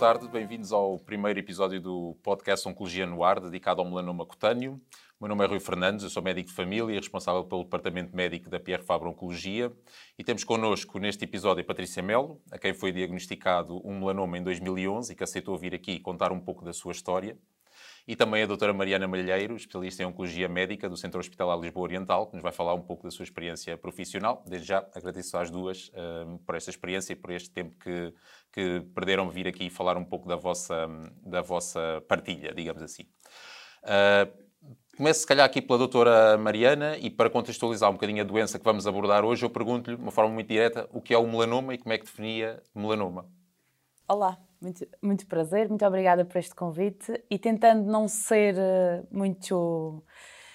tarde, bem-vindos ao primeiro episódio do podcast Oncologia no Ar, dedicado ao melanoma cutâneo. O meu nome é Rui Fernandes, eu sou médico de família, responsável pelo departamento médico da Pierre Fabre Oncologia. E temos connosco neste episódio a Patrícia Melo, a quem foi diagnosticado um melanoma em 2011 e que aceitou vir aqui contar um pouco da sua história. E também a doutora Mariana Malheiro, especialista em Oncologia Médica do Centro Hospitalar Lisboa Oriental, que nos vai falar um pouco da sua experiência profissional. Desde já agradeço às duas por esta experiência e por este tempo que perderam vir aqui falar um pouco da vossa partilha, digamos assim. Começo, se calhar, aqui pela doutora Mariana e para contextualizar um bocadinho a doença que vamos abordar hoje, eu pergunto-lhe, de uma forma muito direta, o que é o melanoma e como é que definia melanoma. Olá, muito prazer, muito obrigada por este convite e tentando não ser muito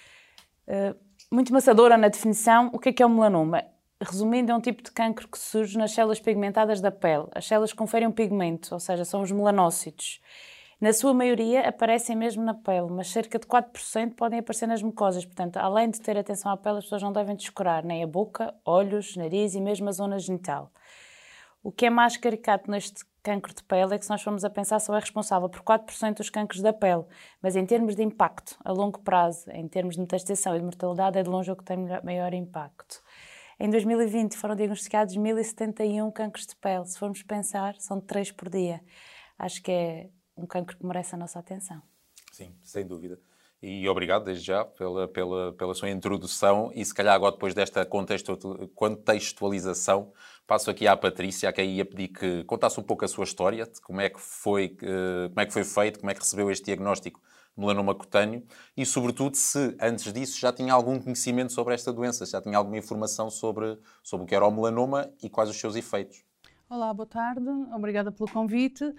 maçadora na definição, o que é o melanoma? Resumindo, é um tipo de cancro que surge nas células pigmentadas da pele. As células conferem um pigmento, ou seja, são os melanócitos. Na sua maioria aparecem mesmo na pele, mas cerca de 4% podem aparecer nas mucosas. Portanto, além de ter atenção à pele, as pessoas não devem descurar nem a boca, olhos, nariz e mesmo a zona genital. O que é mais caricato neste cancro de pele é que, se nós formos a pensar, só é responsável por 4% dos cancros da pele. Mas em termos de impacto a longo prazo, em termos de metastação e de mortalidade, é de longe o que tem maior impacto. Em 2020 foram diagnosticados 1071 cancros de pele. Se formos pensar, são 3 por dia. Acho que é um cancro que merece a nossa atenção. Sim, sem dúvida. E obrigado, desde já, pela sua introdução. E se calhar agora, depois desta contextualização, passo aqui à Patrícia, a quem ia pedir que contasse um pouco a sua história, de como é que foi feito, como é que recebeu este diagnóstico de melanoma cutâneo e, sobretudo, se antes disso já tinha algum conhecimento sobre esta doença, se já tinha alguma informação sobre o que era o melanoma e quais os seus efeitos. Olá, boa tarde. Obrigada pelo convite.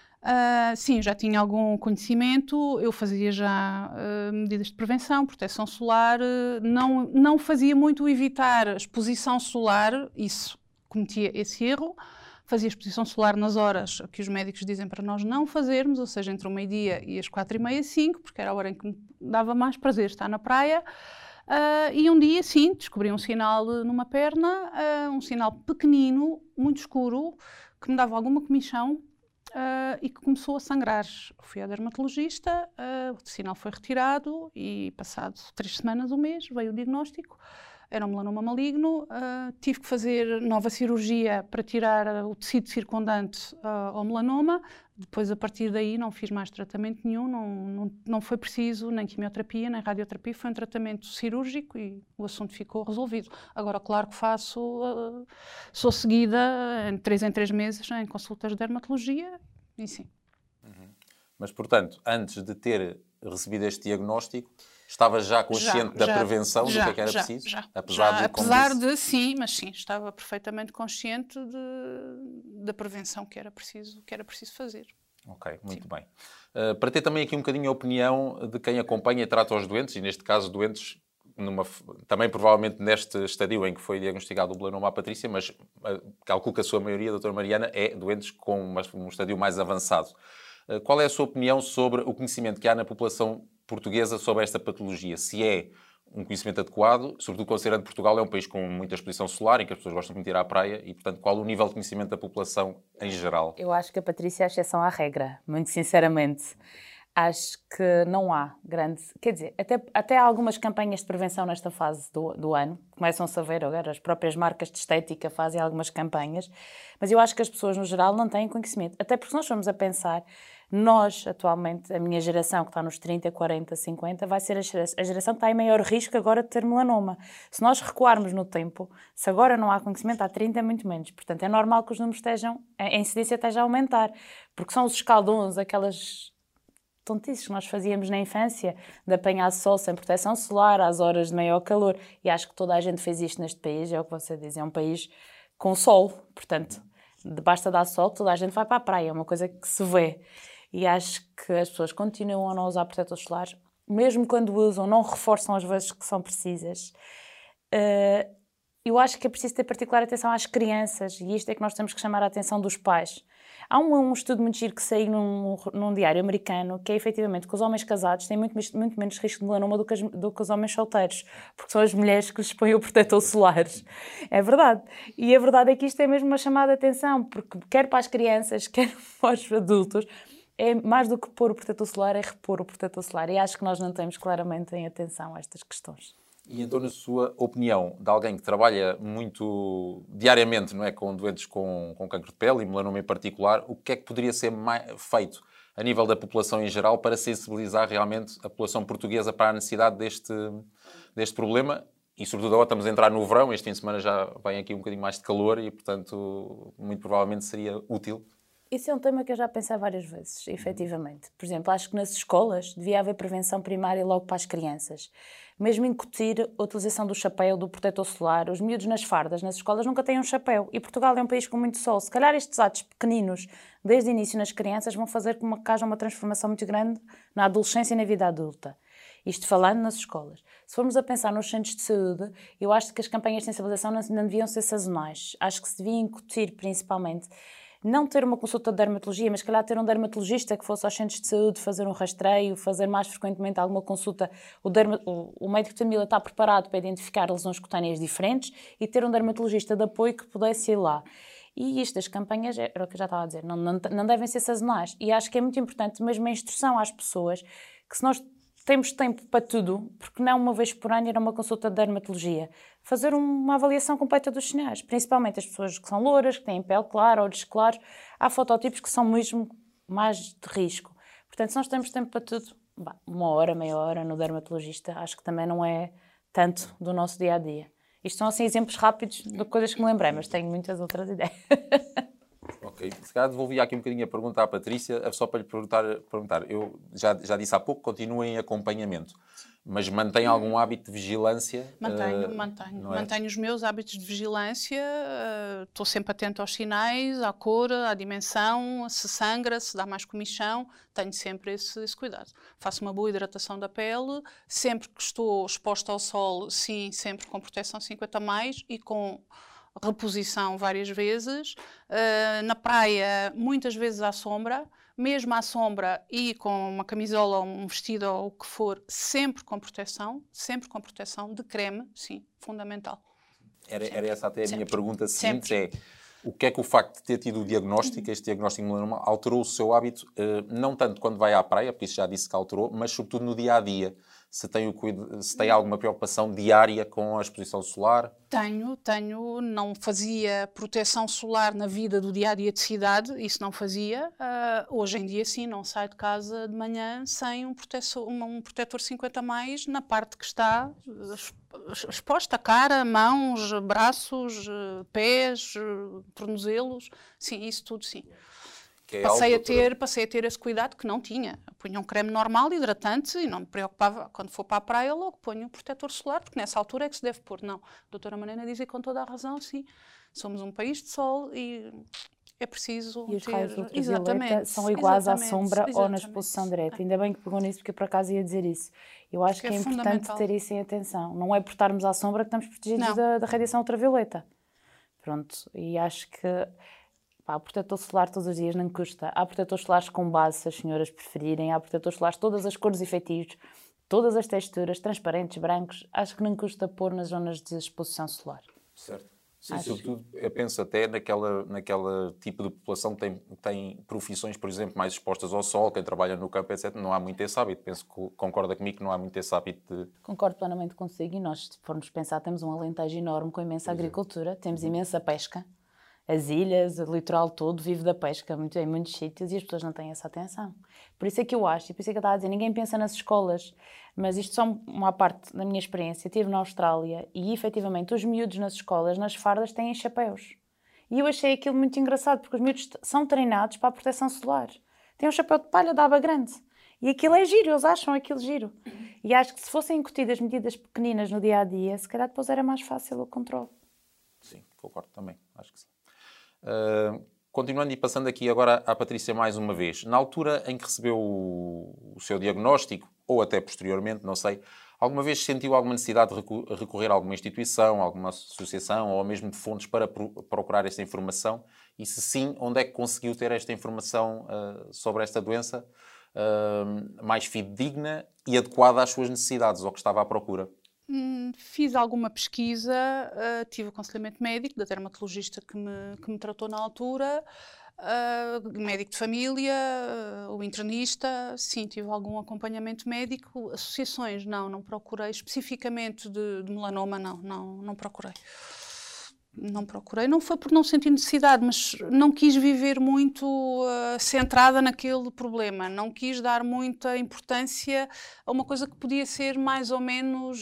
Sim, já tinha algum conhecimento, eu fazia já medidas de prevenção, proteção solar, não fazia muito evitar a exposição solar, isso, cometia esse erro, fazia exposição solar nas horas que os médicos dizem para nós não fazermos, ou seja, entre o meio-dia e as 4h30, 5, porque era a hora em que me dava mais prazer estar na praia. E um dia, sim, descobri um sinal numa perna, um sinal pequenino, muito escuro, que me dava alguma comichão, e que começou a sangrar. Fui ao dermatologista, o sinal foi retirado e passado 3 semanas, um mês, veio o diagnóstico. Era um melanoma maligno, tive que fazer nova cirurgia para tirar o tecido circundante ao melanoma. Depois, a partir daí, não fiz mais tratamento nenhum, não foi preciso nem quimioterapia, nem radioterapia, foi um tratamento cirúrgico e o assunto ficou resolvido. Agora, claro que sou seguida em 3 meses em consultas de dermatologia e sim. Mas, portanto, antes de ter recebido este diagnóstico, estava já consciente da prevenção do que é que era preciso? Apesar de, sim, mas sim, estava perfeitamente consciente da prevenção que era preciso fazer. Ok, muito bem. Para ter também aqui um bocadinho a opinião de quem acompanha e trata os doentes, e neste caso doentes, também provavelmente neste estadio em que foi diagnosticado o melanoma à Patrícia, mas calculo que a sua maioria, doutora Mariana, é doentes com um estadio mais avançado. Qual é a sua opinião sobre o conhecimento que há na população portuguesa sobre esta patologia? Se é um conhecimento adequado, sobretudo considerando que Portugal é um país com muita exposição solar, em que as pessoas gostam muito de ir à praia, e, portanto, qual o nível de conhecimento da população em geral? Eu acho que a Patrícia é a exceção à regra, muito sinceramente. Acho que não há grande... Quer dizer, até há algumas campanhas de prevenção nesta fase do ano. Começam-se a ver agora, as próprias marcas de estética fazem algumas campanhas. Mas eu acho que as pessoas, no geral, não têm conhecimento. Até porque, se nós formos a pensar, nós, atualmente, a minha geração, que está nos 30, 40, 50, vai ser a geração que está em maior risco agora de ter melanoma. Se nós recuarmos no tempo, se agora não há conhecimento, há 30 é muito menos. Portanto, é normal que os números a incidência esteja a aumentar. Porque são os escaldões, aquelas tontices que nós fazíamos na infância, de apanhar sol sem proteção solar, às horas de maior calor. E acho que toda a gente fez isto neste país, é o que você diz, é um país com sol. Portanto, basta dar sol, toda a gente vai para a praia, é uma coisa que se vê. E acho que as pessoas continuam a não usar protetores solares, mesmo quando usam, não reforçam as vezes que são precisas. eu acho que é preciso ter particular atenção às crianças, e isto é que nós temos que chamar a atenção dos pais. Há um estudo muito giro que saiu num diário americano, que é efetivamente que os homens casados têm muito menos risco de melanoma do que os homens solteiros, porque são as mulheres que lhes põem o protetor solar. É verdade. E a verdade é que isto é mesmo uma chamada de atenção, porque quer para as crianças, quer para os adultos, é mais do que pôr o protetor solar, é repor o protetor solar. E acho que nós não temos claramente em atenção a estas questões. E então, na sua opinião, de alguém que trabalha muito diariamente, não é, com doentes com cancro de pele e melanoma em particular, o que é que poderia ser feito a nível da população em geral para sensibilizar realmente a população portuguesa para a necessidade deste problema? E, sobretudo, agora estamos a entrar no verão, este fim de semana já vem aqui um bocadinho mais de calor e, portanto, muito provavelmente seria útil. Isso é um tema que eu já pensei várias vezes, efetivamente. Por exemplo, acho que nas escolas devia haver prevenção primária logo para as crianças. Mesmo incutir a utilização do chapéu, do protetor solar. Os miúdos nas fardas, nas escolas, nunca têm um chapéu. E Portugal é um país com muito sol. Se calhar estes atos pequeninos, desde o início nas crianças, vão fazer com que haja uma transformação muito grande na adolescência e na vida adulta. Isto falando nas escolas. Se formos a pensar nos centros de saúde, eu acho que as campanhas de sensibilização não deviam ser sazonais. Acho que se devia incutir, principalmente, não ter uma consulta de dermatologia, mas, se calhar, ter um dermatologista que fosse aos centros de saúde fazer um rastreio, fazer mais frequentemente alguma consulta. O médico de família está preparado para identificar lesões cutâneas diferentes e ter um dermatologista de apoio que pudesse ir lá. E isto das campanhas, era o que eu já estava a dizer, não devem ser sazonais. E acho que é muito importante mesmo a instrução às pessoas que se nós temos tempo para tudo, porque não uma vez por ano ir a uma consulta de dermatologia, fazer uma avaliação completa dos sinais, principalmente as pessoas que são louras, que têm pele clara, olhos claros, há fototipos que são mesmo mais de risco. Portanto, se nós temos tempo para tudo, uma hora, meia hora no dermatologista, acho que também não é tanto do nosso dia-a-dia. Isto são assim exemplos rápidos de coisas que me lembrei, mas tenho muitas outras ideias. Ok. Se calhar devolvi aqui um bocadinho a pergunta à Patrícia, só para lhe perguntar. Eu já disse há pouco, continuo em acompanhamento, mas mantém algum hábito de vigilância? Mantenho os meus hábitos de vigilância, estou sempre atento aos sinais, à cor, à dimensão, se sangra, se dá mais comichão, tenho sempre esse cuidado. Faço uma boa hidratação da pele, sempre que estou exposta ao sol, sim, sempre com proteção 50+, e com reposição várias vezes. Na praia, muitas vezes à sombra, mesmo à sombra e com uma camisola, um vestido ou o que for, sempre com proteção de creme, sim, fundamental. Era essa até a minha pergunta seguinte, é o que é que o facto de ter tido o diagnóstico, este diagnóstico de melanoma, alterou o seu hábito, não tanto quando vai à praia, porque isso já disse que alterou, mas sobretudo no dia-a-dia. Se tem alguma preocupação diária com a exposição solar? Tenho. Não fazia proteção solar na vida do dia-a-dia de cidade, isso não fazia. Hoje em dia, sim, não saio de casa de manhã sem um protetor 50+, na parte que está exposta, cara, mãos, braços, pés, tornozelos, sim, isso tudo, sim. Passei a ter esse cuidado que não tinha. Eu punha um creme normal, hidratante, e não me preocupava. Quando for para a praia, logo ponho um protetor solar, porque nessa altura é que se deve pôr. Não, a doutora Mariana dizia com toda a razão, sim. Somos um país de sol e é preciso e os raios ultravioleta são iguais à sombra ou na exposição direta. Ainda bem que pegou nisso, porque eu por acaso ia dizer isso. Eu acho que é importante ter isso em atenção. Não é por estarmos à sombra que estamos protegidos da radiação ultravioleta. Pronto, e acho que o protetor solar todos os dias não custa. Há protetores solares com base, se as senhoras preferirem. Há protetores solares todas as cores e feitios, todas as texturas, transparentes, brancos. Acho que não custa pôr nas zonas de exposição solar. Certo. Sim, sobretudo, eu penso até naquela tipo de população que tem profissões, por exemplo, mais expostas ao sol, quem trabalha no campo, etc. Não há muito esse hábito. Penso que concorda comigo que não há muito esse hábito de... Concordo plenamente consigo, e nós, se formos pensar, temos um Alentejo enorme com imensa agricultura, temos imensa pesca. As ilhas, o litoral todo vive da pesca em muitos sítios e as pessoas não têm essa atenção. Por isso é que eu acho, e por isso é que eu estava a dizer, ninguém pensa nas escolas, mas isto só uma parte da minha experiência. Eu estive na Austrália e, efetivamente, os miúdos nas escolas, nas fardas, têm chapéus. E eu achei aquilo muito engraçado, porque os miúdos são treinados para a proteção solar. Têm um chapéu de palha da aba grande. E aquilo é giro, eles acham aquilo giro. E acho que se fossem incutidas medidas pequeninas no dia-a-dia, se calhar depois era mais fácil o controle. Sim, concordo também, acho que sim. Continuando e passando aqui agora à Patrícia mais uma vez. Na altura em que recebeu o seu diagnóstico, ou até posteriormente, não sei, Alguma vez sentiu alguma necessidade de recorrer a alguma instituição, alguma associação ou mesmo de fontes para procurar esta informação? E se sim, onde é que conseguiu ter esta informação sobre esta doença mais fidedigna e adequada às suas necessidades, ou que estava à procura? Fiz alguma pesquisa, tive aconselhamento médico da dermatologista que me tratou na altura, médico de família, o internista, sim, tive algum acompanhamento médico. Associações, não procurei. Especificamente de melanoma, não procurei. Não procurei, não foi por não sentir necessidade, mas não quis viver muito centrada naquele problema, não quis dar muita importância a uma coisa que podia ser mais ou menos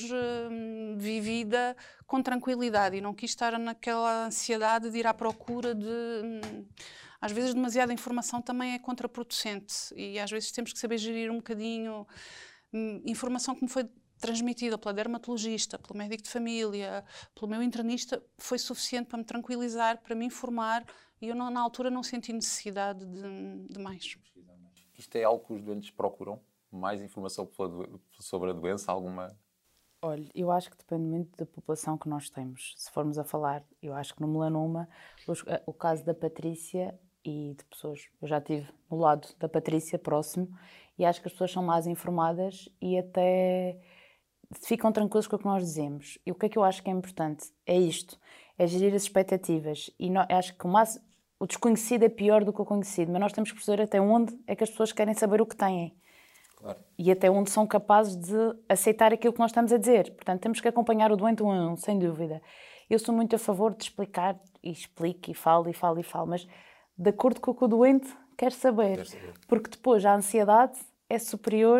vivida com tranquilidade, e não quis estar naquela ansiedade de ir à procura de... Às vezes demasiada informação também é contraproducente, e às vezes temos que saber gerir um bocadinho informação que me foi transmitida pela dermatologista, pelo médico de família, pelo meu internista, foi suficiente para me tranquilizar, para me informar, e eu na altura não senti necessidade de mais. Isto é algo que os doentes procuram? Mais informação sobre a doença? Alguma? Olha, eu acho que depende muito da população que nós temos. Se formos a falar, eu acho que no melanoma, o caso da Patrícia e de pessoas, eu já estive no lado da Patrícia próximo, e acho que as pessoas são mais informadas e até ficam tranquilos com o que nós dizemos. E o que é que eu acho que é importante? É isto, é gerir as expectativas. E acho que o desconhecido é pior do que o conhecido, mas nós temos que perceber até onde é que as pessoas querem saber o que têm. Claro. E até onde são capazes de aceitar aquilo que nós estamos a dizer. Portanto, temos que acompanhar o doente um a um, sem dúvida. Eu sou muito a favor de explicar, e explico, e falo, mas de acordo com o que o doente quer saber. Porque depois a ansiedade é superior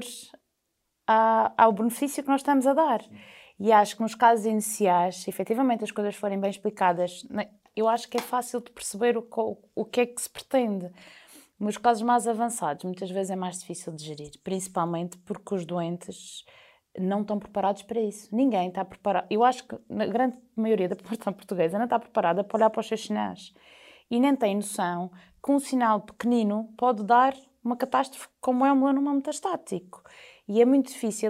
ao benefício que nós estamos a dar. E acho que nos casos iniciais, se efetivamente as coisas forem bem explicadas, eu acho que é fácil de perceber o que é que se pretende. Nos casos mais avançados, muitas vezes é mais difícil de gerir, principalmente porque os doentes não estão preparados para isso. Ninguém está preparado. Eu acho que na grande maioria da população portuguesa não está preparada para olhar para os seus sinais. E nem tem noção que um sinal pequenino pode dar uma catástrofe como é o melanoma metastático. E é muito difícil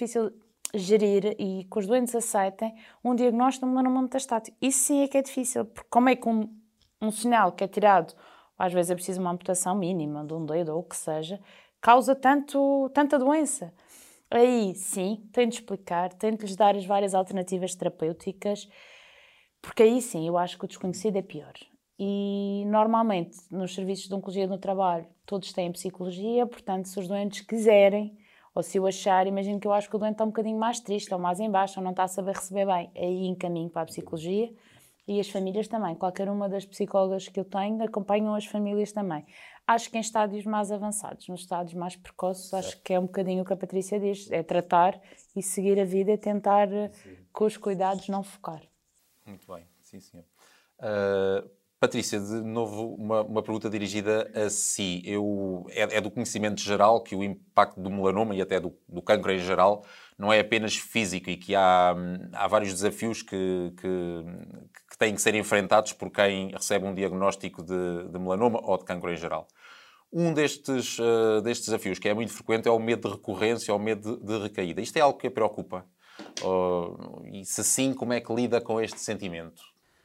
gerir e que os doentes aceitem um diagnóstico de melanoma metastático. Isso sim é que é difícil, porque como é que um sinal que é tirado, às vezes é preciso uma amputação mínima de um dedo ou o que seja, causa tanta doença. Aí sim, tem de explicar, tem de lhes dar as várias alternativas terapêuticas, porque aí sim eu acho que o desconhecido é pior. E normalmente nos serviços de oncologia no trabalho todos têm psicologia, portanto se os doentes quiserem, ou se eu achar, imagino que eu acho que o doente está um bocadinho mais triste, ou mais em baixo, ou não está a saber receber bem, aí encaminho para a psicologia. E as famílias também. Qualquer uma das psicólogas que eu tenho acompanham as famílias também. Acho que em estádios mais avançados, nos estádios mais precoces, certo. Acho que é um bocadinho o que a Patrícia diz, é tratar e seguir a vida e tentar, com os cuidados, não focar. Muito bem, sim senhor. Patrícia, de novo, uma pergunta dirigida a si. É do conhecimento geral que o impacto do melanoma e até do cancro em geral não é apenas físico e que há vários desafios que têm que ser enfrentados por quem recebe um diagnóstico de melanoma ou de cancro em geral. Um destes desafios, que é muito frequente, é o medo de recorrência ou o medo de recaída. Isto é algo que a preocupa? E se sim, como é que lida com este sentimento?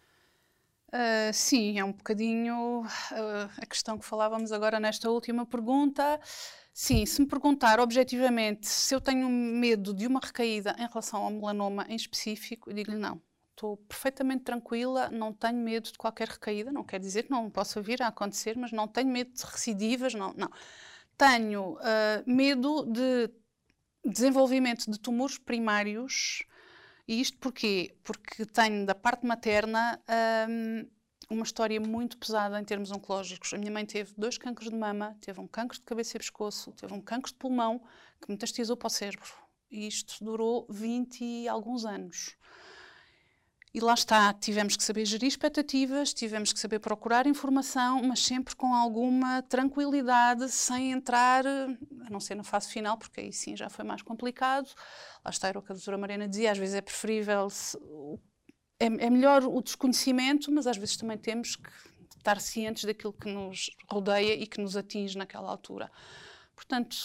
Sim, é um bocadinho a questão que falávamos agora nesta última pergunta. Sim, se me perguntar objetivamente se eu tenho medo de uma recaída em relação ao melanoma em específico, eu digo-lhe não. Estou perfeitamente tranquila, não tenho medo de qualquer recaída, não quer dizer que não possa vir a acontecer, mas não tenho medo de recidivas, não. Tenho medo de desenvolvimento de tumores primários. E isto porquê? Porque tenho da parte materna uma história muito pesada em termos oncológicos. A minha mãe teve 2 cancros de mama, teve um cancro de cabeça e pescoço, teve um cancro de pulmão que metastizou para o cérebro. E isto durou 20 e alguns anos. E lá está, tivemos que saber gerir expectativas, tivemos que saber procurar informação, mas sempre com alguma tranquilidade, sem entrar, a não ser na fase final, porque aí sim já foi mais complicado. Lá está, era o que a doutora Mariana dizia, às vezes é preferível, é melhor o desconhecimento, mas às vezes também temos que estar cientes daquilo que nos rodeia e que nos atinge naquela altura. Portanto,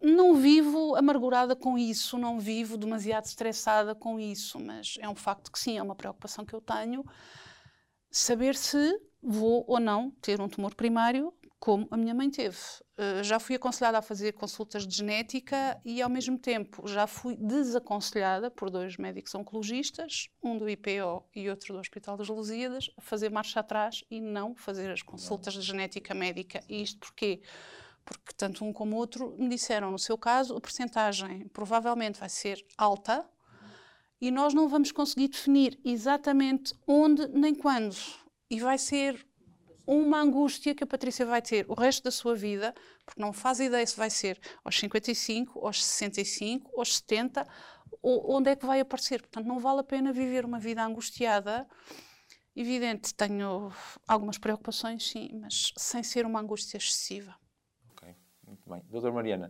não vivo amargurada com isso, não vivo demasiado estressada com isso, mas é um facto que sim, é uma preocupação que eu tenho, saber se vou ou não ter um tumor primário, como a minha mãe teve. Já fui aconselhada a fazer consultas de genética e, ao mesmo tempo, já fui desaconselhada por 2 médicos oncologistas, um do IPO e outro do Hospital das Lusíadas, a fazer marcha atrás e não fazer as consultas de genética médica. E isto porquê? Porque tanto um como o outro me disseram, no seu caso, a percentagem provavelmente vai ser alta e nós não vamos conseguir definir exatamente onde nem quando. E vai ser uma angústia que a Patrícia vai ter o resto da sua vida, porque não faz ideia se vai ser aos 55, aos 65, aos 70, ou onde é que vai aparecer. Portanto, não vale a pena viver uma vida angustiada. Evidente, tenho algumas preocupações, sim, mas sem ser uma angústia excessiva. Ok, muito bem. Doutora Mariana,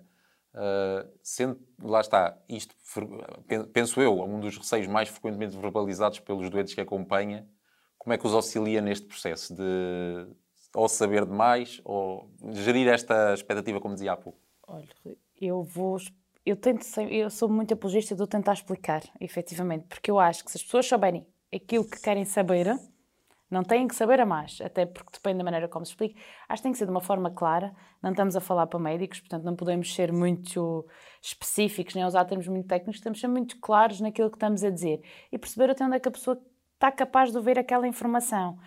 lá está, isto, penso eu, um dos receios mais frequentemente verbalizados pelos doentes que acompanha. Como é que os auxilia neste processo de ou saber demais ou gerir esta expectativa, como dizia há pouco? Olha, eu sou muito apologista de tentar explicar, efetivamente, porque eu acho que se as pessoas souberem aquilo que querem saber, não têm que saber a mais, até porque depende da maneira como se explica. Acho que tem que ser de uma forma clara, não estamos a falar para médicos, portanto não podemos ser muito específicos, nem usar termos muito técnicos, temos que ser muito claros naquilo que estamos a dizer e perceber até onde é que a pessoa está capaz de ouvir aquela informação.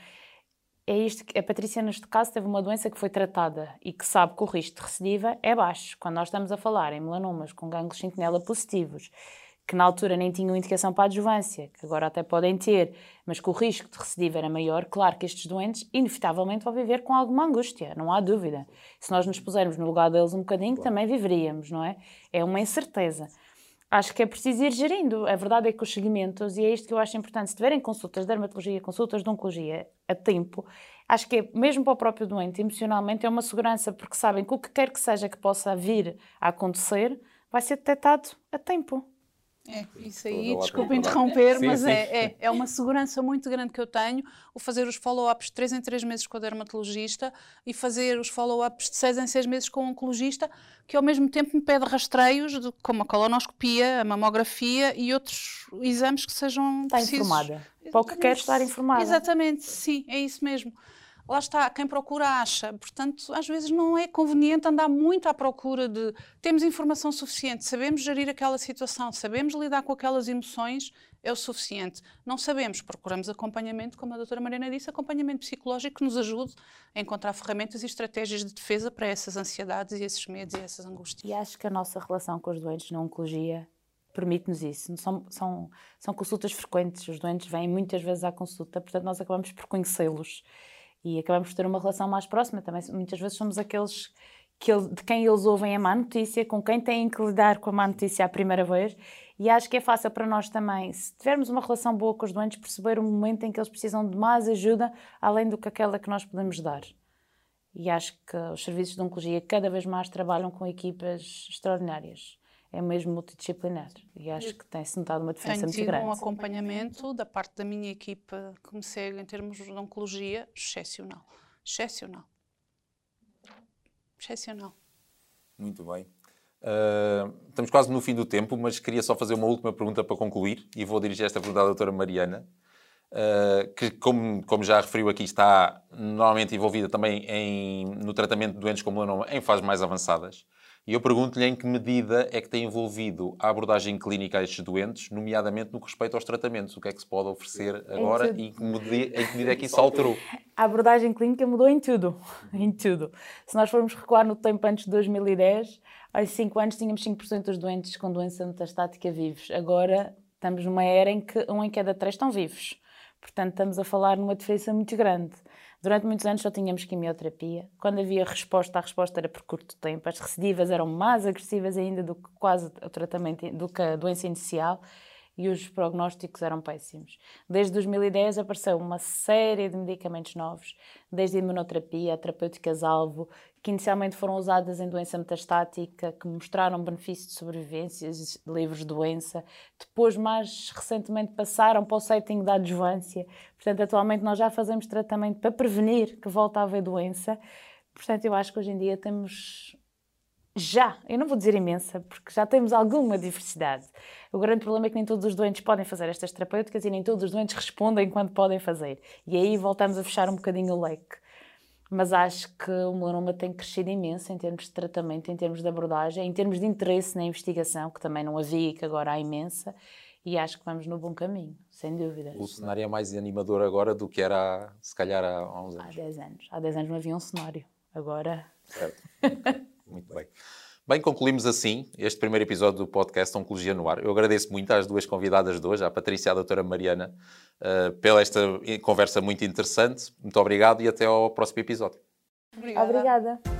É isto que a Patrícia, neste caso, teve uma doença que foi tratada e que sabe que o risco de recidiva é baixo. Quando nós estamos a falar em melanomas com gânglios sentinela positivos, que na altura nem tinham indicação para a adjuvância, que agora até podem ter, mas que o risco de recidiva era maior, claro que estes doentes, inevitavelmente, vão viver com alguma angústia, não há dúvida. Se nós nos pusermos no lugar deles um bocadinho, também viveríamos, não é? É uma incerteza. Acho que é preciso ir gerindo. A verdade é que os segmentos, e é isto que eu acho importante, se tiverem consultas de dermatologia, consultas de oncologia a tempo, acho que é, mesmo para o próprio doente, emocionalmente, é uma segurança, porque sabem que o que quer que seja que possa vir a acontecer, vai ser detectado a tempo. Isso aí, desculpa interromper, sim, mas sim. é uma segurança muito grande que eu tenho, o fazer os follow-ups de 3 em 3 meses com o dermatologista e fazer os follow-ups de 6 em 6 meses com o oncologista, que ao mesmo tempo me pede rastreios, como a colonoscopia, a mamografia e outros exames que sejam precisos. Está informada. Para o que quer estar informada. Exatamente, sim, é isso mesmo. Lá está, quem procura acha. Portanto, às vezes não é conveniente andar muito à procura de... Temos informação suficiente, sabemos gerir aquela situação, sabemos lidar com aquelas emoções, é o suficiente. Não sabemos, procuramos acompanhamento, como a doutora Mariana disse, acompanhamento psicológico que nos ajude a encontrar ferramentas e estratégias de defesa para essas ansiedades e esses medos e essas angústias. E acho que a nossa relação com os doentes na oncologia permite-nos isso. São consultas frequentes, os doentes vêm muitas vezes à consulta, portanto nós acabamos por conhecê-los. E acabamos por ter uma relação mais próxima. Também muitas vezes somos aqueles de quem eles ouvem a má notícia, com quem têm que lidar com a má notícia à primeira vez. E acho que é fácil para nós também, se tivermos uma relação boa com os doentes, perceber o momento em que eles precisam de mais ajuda, além do que aquela que nós podemos dar. E acho que os serviços de oncologia cada vez mais trabalham com equipas extraordinárias. É mesmo multidisciplinar e acho que tem-se notado uma diferença muito grande. Tenho tido um acompanhamento da parte da minha equipa que me segue em termos de oncologia excepcional. Excepcional. Excepcional. Muito bem. Estamos quase no fim do tempo, mas queria só fazer uma última pergunta para concluir e vou dirigir esta pergunta à doutora Mariana, que, como já referiu aqui, está normalmente envolvida também no tratamento de doentes com melanoma em fases mais avançadas. E eu pergunto-lhe em que medida é que tem envolvido a abordagem clínica a estes doentes, nomeadamente no que respeita aos tratamentos. O que é que se pode oferecer agora e em que medida é que isso alterou? A abordagem clínica mudou em tudo. Em tudo. Se nós formos recuar no tempo antes de 2010, há 5 anos tínhamos 5% dos doentes com doença metastática vivos. Agora estamos numa era em que 1 em cada 3 estão vivos. Portanto, estamos a falar numa diferença muito grande. Durante muitos anos só tínhamos quimioterapia. Quando havia resposta, a resposta era por curto tempo. As recidivas eram mais agressivas ainda do que quase o tratamento, do que a doença inicial, e os prognósticos eram péssimos. Desde 2010 apareceu uma série de medicamentos novos, desde a imunoterapia, a terapêuticas-alvo, que inicialmente foram usadas em doença metastática, que mostraram benefício de sobrevivência, livres de doença. Depois, mais recentemente, passaram para o setting da adjuvância. Portanto, atualmente nós já fazemos tratamento para prevenir que volte a haver doença. Portanto, eu acho que hoje em dia temos eu não vou dizer imensa, porque já temos alguma diversidade. O grande problema é que nem todos os doentes podem fazer estas terapêuticas e nem todos os doentes respondem quando podem fazer. E aí voltamos a fechar um bocadinho o leque. Mas acho que o melanoma tem crescido imenso em termos de tratamento, em termos de abordagem, em termos de interesse na investigação, que também não havia e que agora há imensa. E acho que vamos no bom caminho, sem dúvida. O cenário é mais animador agora do que era, se calhar, há uns anos. Há 10 anos. Há 10 anos não havia um cenário. Agora... Certo. Muito bem. Bem, concluímos assim este primeiro episódio do podcast Oncologia no Ar. Eu agradeço muito às duas convidadas de hoje, à Patrícia e à doutora Mariana, pela esta conversa muito interessante. Muito obrigado e até ao próximo episódio. Obrigada. Obrigada.